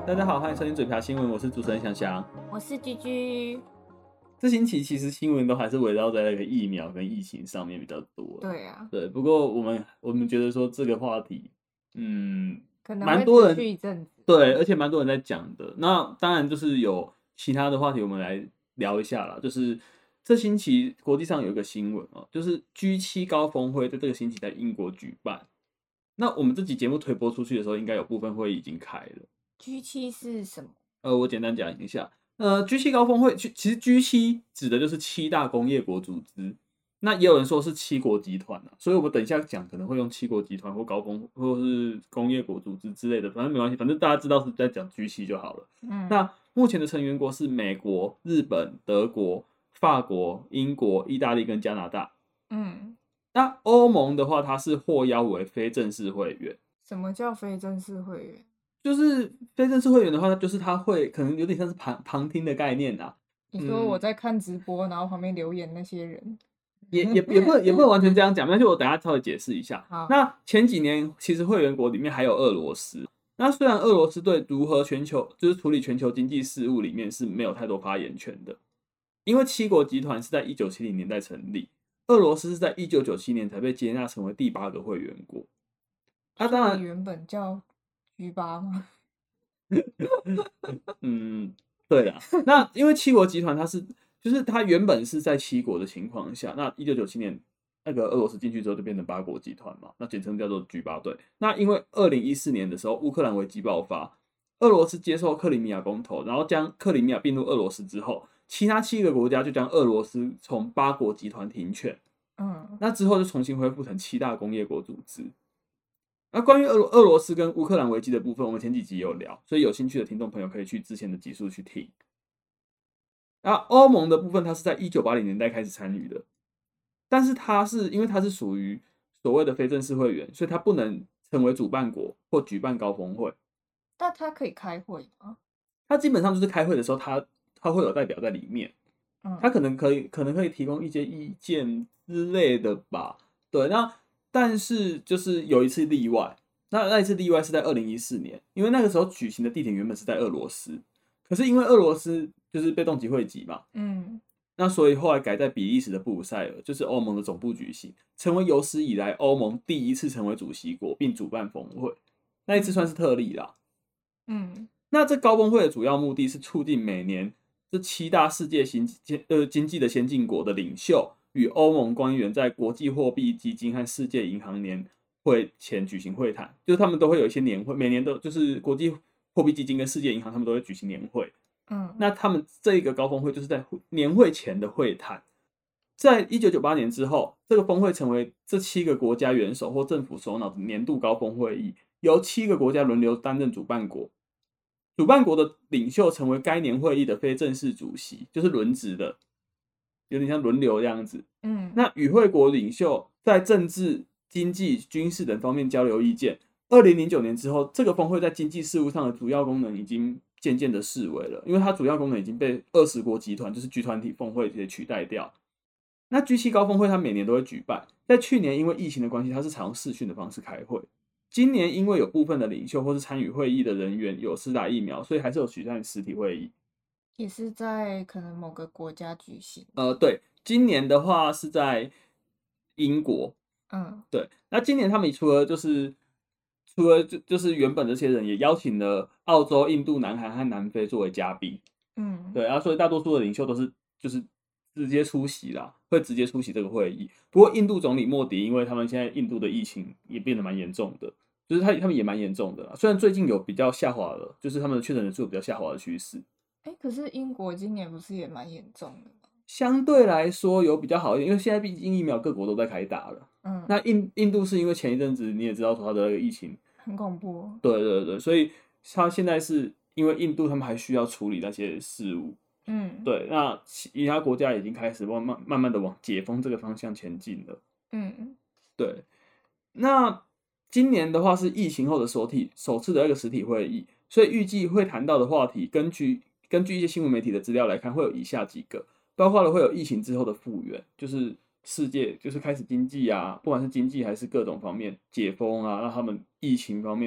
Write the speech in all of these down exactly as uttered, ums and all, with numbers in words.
大家好，欢迎收听嘴瓢新闻，我是主持人翔翔， 我是居居。 这星期其实新闻都还是围绕在那个疫苗跟疫情上面比较多。 对啊， 对，不过我们我们觉得说这个话题，嗯， 可能蛮多人会持续一阵子。 对，而且蛮多人在讲的。那当然就是有其他的话题，我们来聊一下啦。就是这星期国际上有一个新闻哦，就是 G 七 高峰会在这个星期在英国举办。那我们这集节目推播出去的时候，应该有部分会议已经开了。 G 七是什么？ 呃，我简单讲一下。呃，G 七 高峰会，其其实 G 七指的就是七大工业国组织。那也有人说是七国集团啊，所以我们等一下讲可能会用七国集团或高峰或是工业国组织之类的，反正没关系，反正大家知道是在讲 G 七 就好了。 嗯， 那目前的成员国是美国、日本、德国、法国、英国、意大利跟加拿大。 嗯， 那欧盟的话，它是获邀为非正式会员。 什么叫非正式会员？ 就是非正式会员的话，就是他会可能有点像是旁旁听的概念啊。 你说我在看直播，然后旁边留言那些人， 也也也不能也不能完全这样讲，但是我等一下稍微解释一下。 好， 那前几年其实会员国里面还有俄罗斯，那虽然俄罗斯对如何全球就是处理全球经济事务里面是没有太多发言权的，因为七国集团是在一九七零年代成立，俄罗斯是在一九九七年才被接纳成为第八个会员国。啊，当然， 所以原本叫 G 八吗？ 嗯，对啦，那因为七国集团它是，就是它原本是在七国的情况下，那一九九七年那个俄罗斯进去之后就变成八国集团嘛，那简称叫做 G 八队。那因为二零一四年的时候乌克兰危机爆发，俄罗斯接受克里米亚公投，然后将克里米亚并入俄罗斯之后，其他七个国家就将俄罗斯从八国集团停权， 嗯， 那之后就重新恢复成七大工业国组织。那关于俄俄罗斯跟乌克兰危机的部分，我们前几集有聊，所以有兴趣的听众朋友可以去之前的集数去听。那欧盟的部分，它是在一九八零年代开始参与的，但是它是因为它是属于所谓的非正式会员，所以它不能成为主办国或举办高峰会。 但他可以开会吗？ 它基本上就是开会的时候，它它会有代表在里面，它嗯， 可能可以可能可以提供一些意见之类的吧。对，那但是就是有一次例外，那那一次例外是在二零一四年，因为那个时候举行的地点原本是在俄罗斯，可是因为俄罗斯就是被冻结会籍嘛， 嗯， 那所以后来改在比利时的布鲁塞尔，就是欧盟的总部举行，成为有史以来欧盟第一次成为主席国并主办峰会，那一次算是特例啦。 嗯， 那这高峰会的主要目的是促进每年这七大世界经呃经济的先进国的领袖与欧盟官员在国际货币基金和世界银行年会前举行会谈，就是他们都会有一些年会，每年都就是国际货币基金跟世界银行他们都会举行年会。 嗯， 那他们这一个高峰会就是在年会前的会谈。在一九九八年之后，这个峰会成为这七个国家元首或政府首脑的年度高峰会议，由七个国家轮流担任主办国。主办国的领袖成为该年会议的非正式主席，就是轮值的，有点像轮流这样子。 嗯， 那与会国领袖在政治、经济、军事等方面交流意见。二零零九年之后，这个峰会在经济事务上的主要功能已经渐渐的式微了，因为它主要功能已经被二十国集团，就是 G 团体峰会给取代掉。那 G 七 高峰会它每年都会举办，在去年因为疫情的关系，它是采用视讯的方式开会。今年因为有部分的领袖或是参与会议的人员有施打疫苗，所以还是有举办实体会议。 也是在可能某个国家举行。 呃，对，今年的话是在英国。 嗯， 对，那今年他们除了就是除了就就是原本这些人，也邀请了澳洲、印度、南韩和南非作为嘉宾。 嗯， 对，然后所以大多数的领袖都是就是直接出席啦，会直接出席这个会议。不过印度总理莫迪，因为他们现在印度的疫情也变得蛮严重的，就是他他们也蛮严重的啦。虽然最近有比较下滑了，就是他们的确诊人数有比较下滑的趋势。 哎，可是英国今年不是也蛮严重的吗？ 相对来说有比较好一点，因为现在毕竟疫苗各国都在开打了。 嗯， 那印印度是因为前一阵子你也知道说它的那个疫情， 很恐怖哦。 对对对，所以他现在是因为印度他们还需要处理那些事务。 嗯， 对，那其他国家已经开始慢慢慢慢的往解封这个方向前进了。 嗯， 对，那今年的话是疫情后的首体首次的那个实体会议，所以预计会谈到的话题，根据根据一些新闻媒体的资料来看，会有以下几个，包括了会有疫情之后的复原，就是世界就是开始经济啊，不管是经济还是各种方面解封啊，让他们疫情方面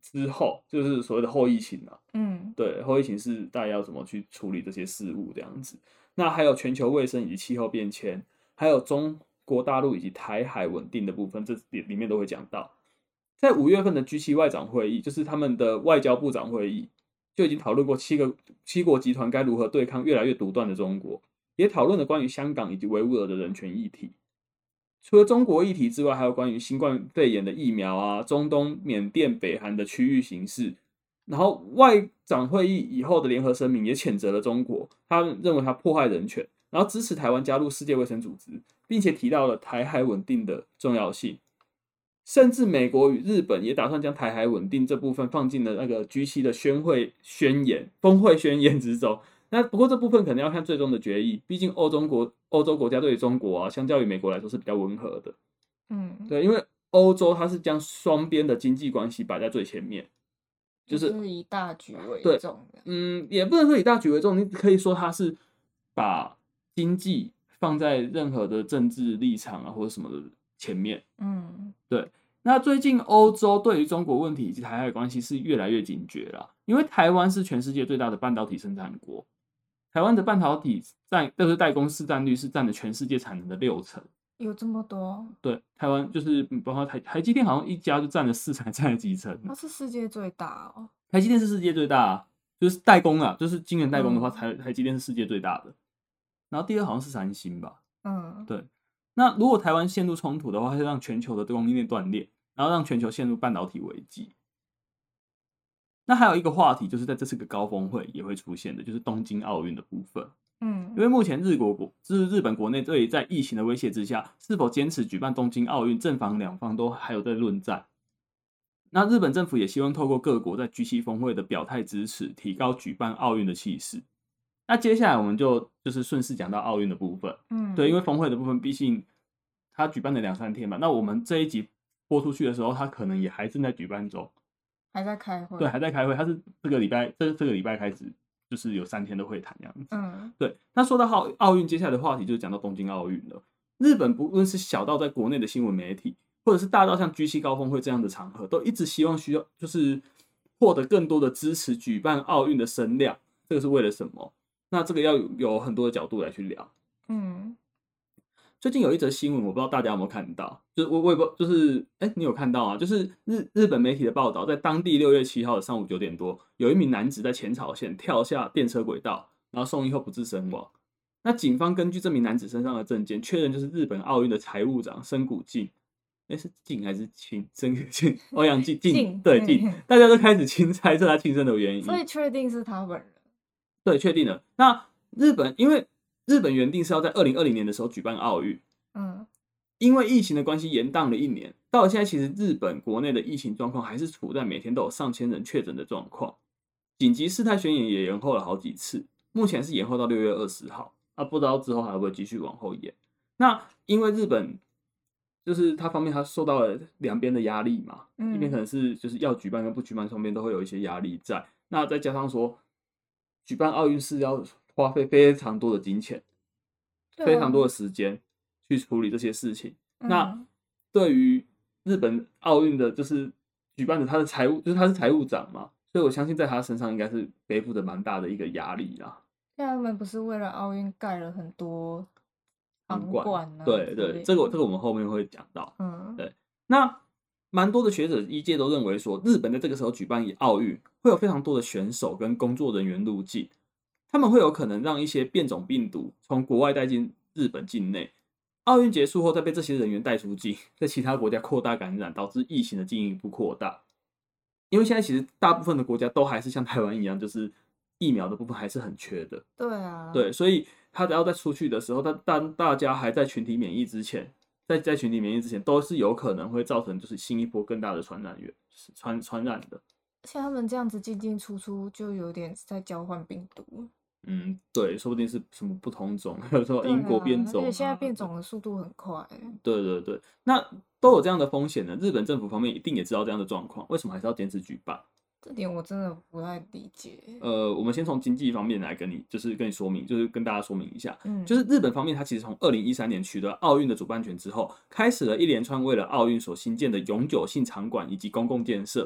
之后，就是所谓的后疫情啊。 嗯， 对，后疫情是大家要怎么去处理这些事物这样子。那还有全球卫生以及气候变迁，还有中国大陆以及台海稳定的部分，这里里面都会讲到。在五月份的 G 七 外长会议，就是他们的外交部长会议，就已经讨论过七个七国集团该如何对抗越来越独断的中国，也讨论了关于香港以及维吾尔的人权议题。除了中国议题之外，还有关于新冠肺炎的疫苗啊，中东、缅甸、北韩的区域形势。然后外长会议以后的联合声明也谴责了中国，他认为他迫害人权，然后支持台湾加入世界卫生组织，并且提到了台海稳定的重要性。甚至美国与日本也打算将台海稳定这部分放进了那个 G 七 的宣会宣言、峰会宣言之中。那不过这部分可能要看最终的决议，毕竟欧洲国欧洲国家对于中国啊，相较于美国来说是比较温和的。 嗯， 对，因为欧洲它是将双边的经济关系摆在最前面，就是就是以大局为对重的。 嗯，也不能说以大局为重，你可以说它是把经济放在任何的政治立场啊或者什么的前面。 嗯， 对。那最近欧洲对于中国问题以及台海关系是越来越警觉了，因为台湾是全世界最大的半导体生产国，台湾的半导体占就是代工市占率是占了全世界产能的六成。 有这么多？ 对，台湾就是包括台台积电好像一家就占了四成，占了几成。 它是世界最大哦。 台积电是世界最大、啊，就是代工啊，就是晶圆代工的话， 嗯台台积电是世界最大的。然后第二好像是三星吧。 嗯， 对。那如果台湾陷入冲突的话，会让全球的供应链断裂，然后让全球陷入半导体危机。那还有一个话题，就是在这次个高峰会也会出现的，就是东京奥运的部分。 嗯， 因为目前日国国就是日本国内对在疫情的威胁之下，是否坚持举办东京奥运，正反两方都还有在论战。那日本政府也希望透过各国在 G 七 峰会的表态支持，提高举办奥运的气势。那接下来我们就就是顺势讲到奥运的部分。 嗯， 对，因为峰会的部分毕竟它举办了两三天嘛，那我们这一集播出去的时候，它可能也还正在举办中， 还在开会。 对，还在开会。它是这个礼拜这这个礼拜开始，就是有三天的会谈这样子。 嗯， 对。那说到奥奥运，接下来的话题就是讲到东京奥运了。日本不论是小到在国内的新闻媒体，或者是大到像 G 七 高峰会这样的场合，都一直希望需要就是获得更多的支持举办奥运的声量。这个是为了什么？那这个要有很多的角度来去聊。 嗯， 最近有一则新闻，我不知道大家有没有看到，就是我我也不就是哎、欸，你有看到啊？就是日日本媒体的报道，在当地六月七号的上午九点多，有一名男子在前朝线跳下电车轨道，然后送医后不治身亡。那警方根据这名男子身上的证件，确认就是日本奥运的财务长深谷静。哎，是静还是亲？深谷静，欧阳靖静，对静，大家都开始亲猜测他轻生的原因。 所以确定是他本人。 对，确定了。那日本因为日本原定是要在二零二零年的时候举办奥运， 嗯， 因为疫情的关系延宕了一年，到了现在其实日本国内的疫情状况还是处在每天都有上千人确诊的状况，紧急事态宣言也延后了好几次，目前是延后到六月二十号，啊，不知道之后还会不会继续往后延。那因为日本就是它方面它受到了两边的压力嘛， 嗯， 一边可能是就是要举办跟不举办双边都会有一些压力在，那再加上说举办奥运是要花费非常多的金钱， 对啊非常多的时间去处理这些事情。 嗯那对于日本奥运的，就是举办的他的财务，就是他是财务长嘛，所以我相信在他身上应该是背负着蛮大的一个压力啦。 现在他们不是为了奥运盖了很多场馆啊？ 对对，这个这个我们后面会讲到。 嗯， 对。那蛮多的学者医界都认为说，日本在这个时候举办奥运，会有非常多的选手跟工作人员入境，他们会有可能让一些变种病毒从国外带进日本境内。奥运结束后，再被这些人员带出境，在其他国家扩大感染，导致疫情的进一步扩大。因为现在其实大部分的国家都还是像台湾一样，就是疫苗的部分还是很缺的。 对啊， 对，所以他只要在出去的时候，当大家还在群体免疫之前，在在群体免疫之前，都是有可能会造成就是新一波更大的传染源传传染的。 像他们这样子进进出出，就有点在交换病毒。 嗯，对，说不定是什么不同种，有时候英国变种、啊， 而且现在变种的速度很快。 对对对，那都有这样的风险呢。日本政府方面一定也知道这样的状况，为什么还是要坚持举办？ 这点我真的不太理解。 呃，我们先从经济方面来跟你，就是跟你说明，就是跟大家说明一下， 嗯， 就是日本方面，它其实从二零一三年取得奥运的主办权之后，开始了一连串为了奥运所新建的永久性场馆以及公共建设，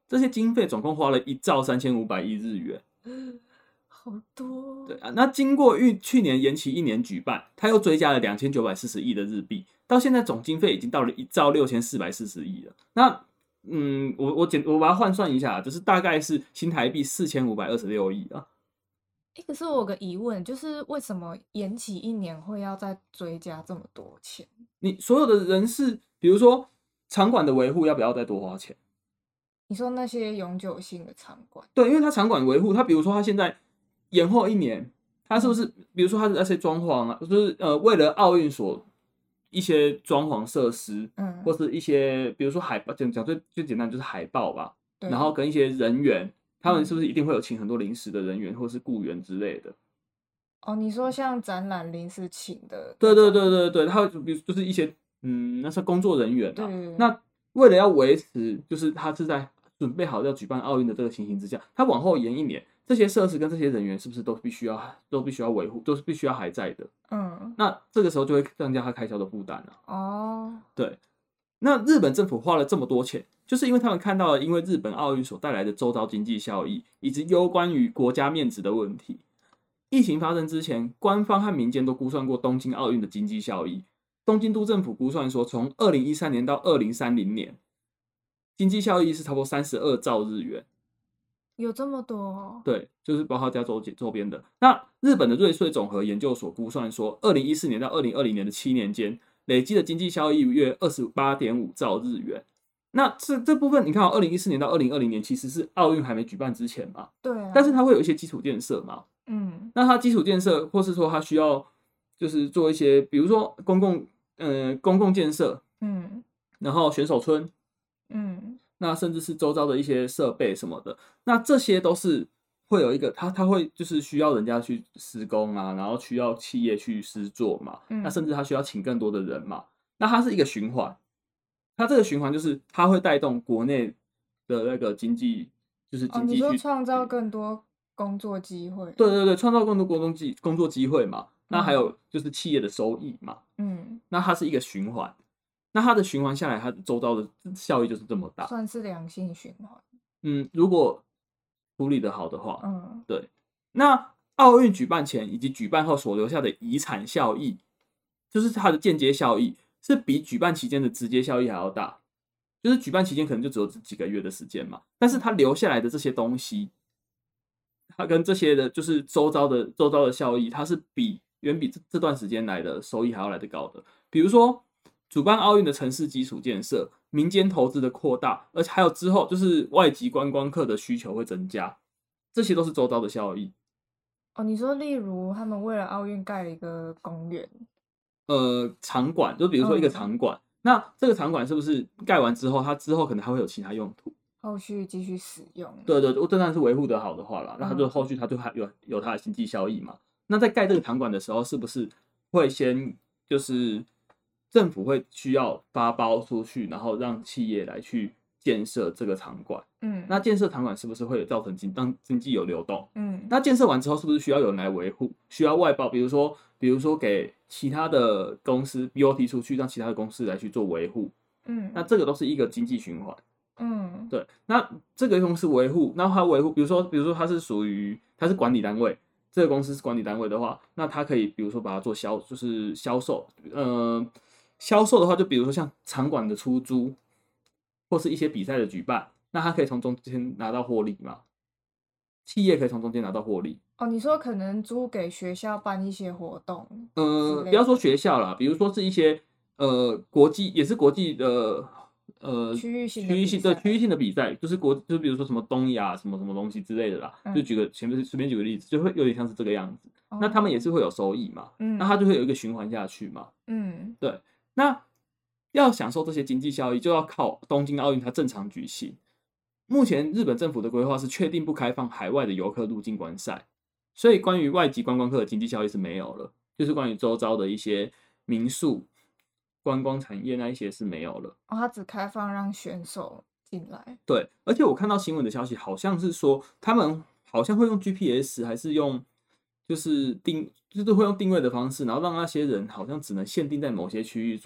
这些经费总共花了一兆三千五百亿日元。 好多。 对啊，那经过预去年延期一年举办，它又追加了两千九百四十亿的日币，到现在总经费已经到了一兆六千四百四十亿了。那嗯，我我简我把它换算一下，就是大概是新台币四千五百二十六亿啊。 欸，可是我有个疑问，就是为什么延期一年会要再追加这么多钱？ 你所有的人事，比如说场馆的维护，要不要再多花钱？ 你说那些永久性的场馆， 对，因为它场馆维护，它比如说它现在延后一年，它是不是？ 嗯比如说它的那些装潢啊，就是呃，为了奥运所一些装潢设施， 嗯， 或是一些比如说海报，讲讲最最简单就是海报吧， 对， 然后跟一些人员，他们嗯是不是一定会有请很多临时的人员或是雇员之类的？ 哦，你说像展览临时请的对对那种， 对对对，他会比如就是一些嗯，那是工作人员啊。 对， 那为了要维持，就是他是在准备好要举办奥运的这个情形之下，他往后延一年，这些设施跟这些人员是不是都必须要都必须要维护，都是必须要还在的？ 嗯， 那这个时候就会增加他开销的负担了。 哦， 对，那日本政府花了这么多钱，就是因为他们看到了因为日本奥运所带来的周遭经济效益，以及攸关于国家面子的问题。疫情发生之前，官方和民间都估算过东京奥运的经济效益。东京都政府估算说，从二零一三年到二零三零年，经济效益是差不多三十二兆日元。 有这么多哦， 对，就是包括加州周边的。那日本的瑞穗总和研究所估算说，二零一四年到二零二零年的七年间，累积的经济效益约二十八点五兆日元。那这这部分你看哦，二零一四年到二零二零年其实是奥运还没举办之前嘛， 对啊， 但是它会有一些基础建设嘛。 嗯那它基础建设，或是说它需要就是做一些，比如说公共呃公共建设， 嗯然后选手村， 嗯， 那甚至是周遭的一些设备什么的，那这些都是会有一个，它它会就是需要人家去施工啊，然后需要企业去施作嘛， 嗯那甚至它需要请更多的人嘛，那它是一个循环，它这个循环就是它会带动国内的那个经济，就是哦，你说经济去， 创造更多工作机会， 对对对，创造更多工作机工作机会嘛，那还嗯有就是企业的收益嘛， 嗯， 那它是一个循环，那它的循环下来，它周遭的效益就是这么大。 算是良性循环， 嗯，如果处理的好的话， 嗯对。那奥运举办前以及举办后所留下的遗产效益，就是它的间接效益，是比举办期间的直接效益还要大。就是举办期间可能就只有几个月的时间嘛，但是它留下来的这些东西，它跟这些的，就是周遭的周遭的效益，它是比远比这这段时间来的收益还要来得高的。比如说，主办奥运的城市基础建设、民间投资的扩大，而且还有之后就是外籍观光客的需求会增加，这些都是周遭的效益。 哦，你说例如他们为了奥运盖了一个公园， 呃，场馆就比如说一个嗯场馆，那这个场馆是不是盖完之后，它之后可能还会有其他用途？ 后续继续使用， 对对，这当然是维护的好的话啦，那它就嗯后续它就还有有它的经济效益嘛。那在盖这个场馆的时候，是不是会先就是政府会需要发包出去，然后让企业来去建设这个场馆？ 嗯， 那建设场馆是不是会有造成经当经济有流动？ 嗯那建设完之后，是不是需要有人来维护？需要外包，比如说比如说给其他的公司 B O T 出去，让其他的公司来去做维护。 嗯， 那这个都是一个经济循环。 嗯对，那这个公司维护，那它维护，比如说，比如说它是属于它是管理单位，这个公司是管理单位的话，那它可以比如说把它做销，就是销售，呃，销售的话，就比如说像场馆的出租，或是一些比赛的举办，那它可以从中间拿到获利嘛，企业可以从中间拿到获利。 哦，你说可能租给学校办一些活动呃， 之类不要说学校啦，比如说是一些呃国际，也是国际的呃区域性的区域比赛性对区域性的比赛，就是国就比如说什么东亚什么什么东西之类的啦， 嗯就举个前面随便举个例子，就会有点像是这个样子。那他们也是会有收益嘛， 嗯， 那它就会有一个循环下去嘛。 嗯对，那要享受这些经济效益，就要靠东京奥运它正常举行。目前日本政府的规划是确定不开放海外的游客入境观赛，所以关于外籍观光客的经济效益是没有了，就是关于周遭的一些民宿、观光产业那一些是没有了。 哦，他只开放让选手进来， 对，而且我看到新闻的消息，好像是说他们好像会用 G P S， 还是用就是定，就是会用定位的方式，然后让那些人好像只能限定在某些区域做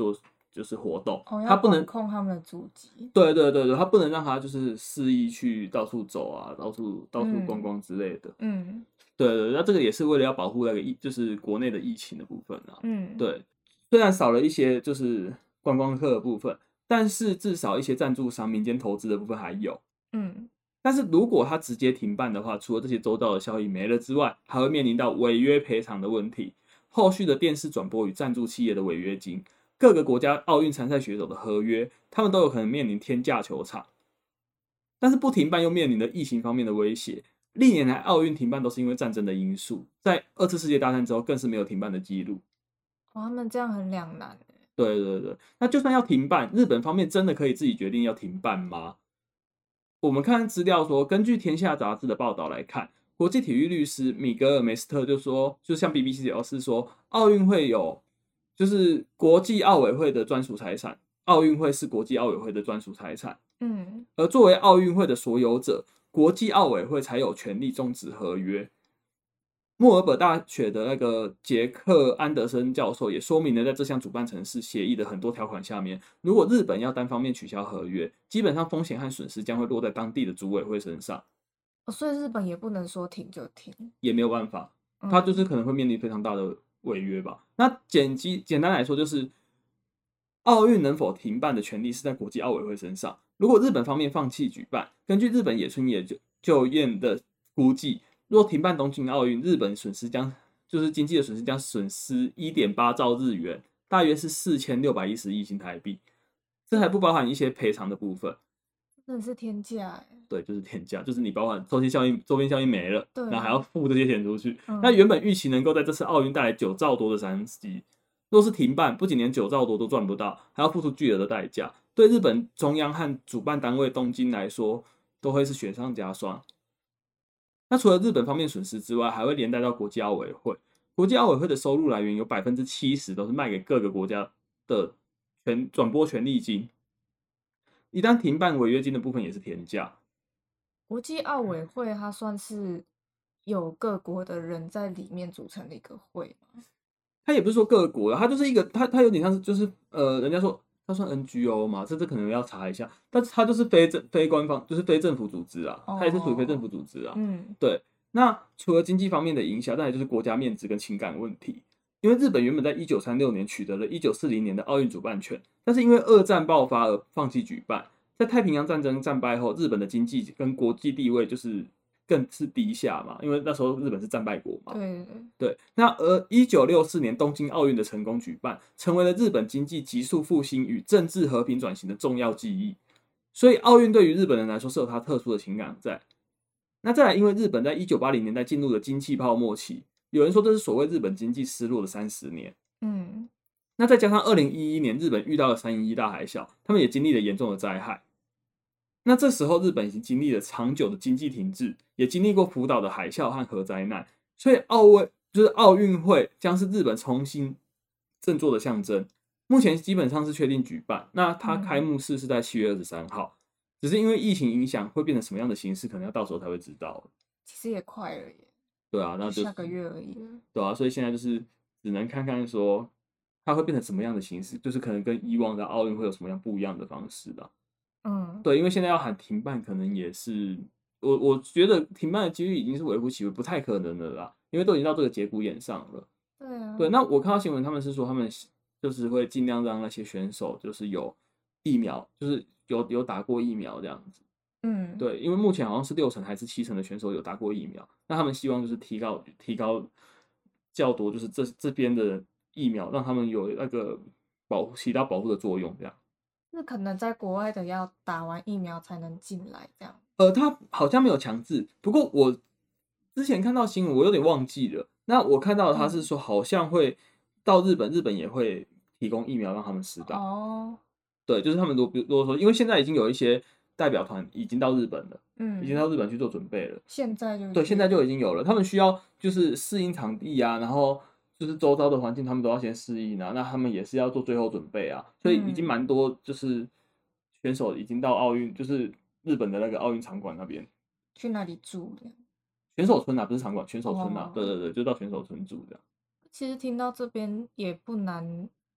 就是活动， 哦，要他不能管控他们的足迹。 对对对对，他不能让他就是肆意去到处走啊，到处到处逛嗯逛之类的。 嗯对对，那这个也是为了要保护那个疫，就是国内的疫情的部分啊。 嗯对，虽然少了一些就是观光客的部分，但是至少一些赞助商、民间投资的部分还有。 嗯， 但是如果他直接停办的话，除了这些周到的效益没了之外，还会面临到违约赔偿的问题，后续的电视转播与赞助企业的违约金，各个国家奥运参赛选手的合约，他们都有可能面临天价球场。但是不停办又面临了疫情方面的威胁。历年来奥运停办都是因为战争的因素，在二次世界大战之后更是没有停办的记录。 哦，他们这样很两难欸。 对对对，那就算要停办，日本方面真的可以自己决定要停办吗？我们看资料说，根据《天下》杂志的报道来看，国际体育律师米格尔梅斯特就说，就像 B B C 表示说，奥运会有就是国际奥委会的专属财产，奥运会是国际奥委会的专属财产， 嗯， 而作为奥运会的所有者，国际奥委会才有权利终止合约。墨尔本大学的那个杰克安德森教授也说明了，在这项主办城市协议的很多条款下面，如果日本要单方面取消合约，基本上风险和损失将会落在当地的组委会身上， 哦，所以日本也不能说停就停。 也没有办法，他就是可能会面临非常大的违约吧。那简机简单来说，就是奥运能否停办的权利是在国际奥委会身上。如果日本方面放弃举办，根据日本野村研究院的估计，若停办东京奥运，日本损失将就是经济的损失将损失 一点八兆日元，大约是四千六百一十亿新台币。这还不包含一些赔偿的部分。 真的是天价哎。 对，就是天价，就是你包含周边效应，周边效应没了， 对， 然后还要付这些钱出去。 嗯、 那原本预期能够在这次奥运带来九兆多的商机，若是停办，不仅连九兆多都赚不到，还要付出巨额的代价。对日本中央和主办单位东京来说，都会是雪上加霜。那除了日本方面损失之外，还会连带到国际奥委会。国际奥委会的收入来源有百分之七十都是卖给各个国家的权转播权利金。一旦停办，违约金的部分也是天价。 国际奥委会它算是有各国的人在里面组成的一个会吗？ 它也不是说各国，它就是一个，它它有点像是就是呃，人家说它算 N G O 嘛，这这可能要查一下，但是它就是非政非官方，就是非政府组织啊，它也是属于非政府组织啊。 嗯， 对。那除了经济方面的影响，再来就是国家面子跟情感问题。因为日本原本在一九三六年取得了一九四零年的奥运主办权，但是因为二战爆发而放弃举办。在太平洋战争战败后，日本的经济跟国际地位就是更是低下嘛，因为那时候日本是战败国嘛。 对对对。那而一九六四年东京奥运的成功举办，成为了日本经济急速复兴与政治和平转型的重要记忆。所以奥运对于日本人来说是有它特殊的情感在。那再来，因为日本在一九八零年代进入了经济泡沫期，有人说这是所谓日本经济失落的三十年。 嗯， 那再加上二零一一年日本遇到了三一一大海啸，他们也经历了严重的灾害。那这时候日本已经经历了长久的经济停滞，也经历过福岛的海啸和核灾难，所以奥运就是奥运会将是日本重新振作的象征。目前基本上是确定举办，那它开幕式是在七月二十三号。只是因为疫情影响，会变成什么样的形式，可能要到时候才会知道。 其实也快了耶。 对啊，那就下个月而已了。 对啊，所以现在就是只能看看说它会变成什么样的形式，就是可能跟以往的奥运会有什么样不一样的方式吧。 嗯， 对，因为现在要喊停办，可能也是我我觉得停办的几率已经是微乎其微，不太可能的啦，因为都已经到这个节骨眼上了。 对啊。 对，那我看到新闻，他们是说他们就是会尽量让那些选手就是有疫苗，就是有有打过疫苗这样子。 嗯， 对，因为目前好像是六成还是七成的选手有打过疫苗，那他们希望就是提高提高较多，就是这这边的疫苗，让他们有那个保护起到保护的作用，这样。 那可能在国外的要打完疫苗才能进来，这样。 呃，他好像没有强制，不过我之前看到新闻，我有点忘记了。那我看到他是说，好像会到日本，日本也会提供疫苗让他们施打。 哦， 对，就是他们如果如果说，因为现在已经有一些代表团已经到日本了， 嗯， 已经到日本去做准备了。 现在就对，现在就已经有了。他们需要就是适应场地啊，然后就是周遭的环境，他们都要先适应啊。那他们也是要做最后准备啊，所以已经蛮多就是选手已经到奥运，就是日本的那个奥运场馆那边去那里住的。 选手村啊，不是场馆，选手村啊， 哦对对对，就到选手村住这样。 其实听到这边也不难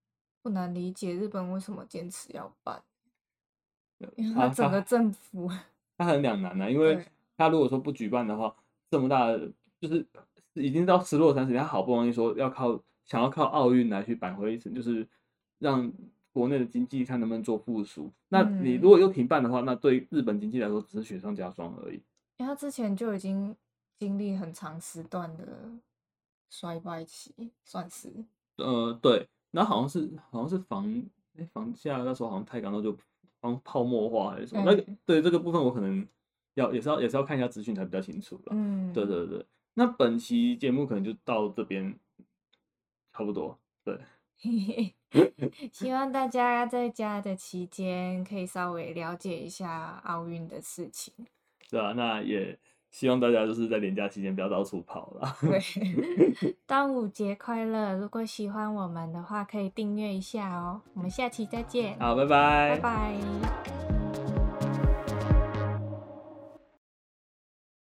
不难理解日本为什么坚持要办，因为他他整个他政府他很两难啊，因为对， 他如果说不举办的话，这么大的就是已经到失落三十年，他好不容易说要靠想要靠奥运来去扳回一城，就是让国内的经济看能不能做复苏。那你如嗯， 果又停办的话，那对日本经济来说只是雪上加霜而已。 因为他之前就已经经历很长时段的衰败期，算是， 呃，对，然后好像是好像是房哎房价那时候好像太高，然后就放泡沫化还是什么，那个嗯对这个部分我可能要也是要也是要看一下资讯才比较清楚了。对嗯， 对对，那本期节目可能就到这边差不多。对， 嘿嘿，希望大家在家的期间可以稍微了解一下奥运的事情。 对啊，那也希望大家就是在连假期间不要到处跑了。 对，端午节快乐！如果喜欢我们的话，可以订阅一下哦。我们下期再见， 好，拜拜拜。 拜。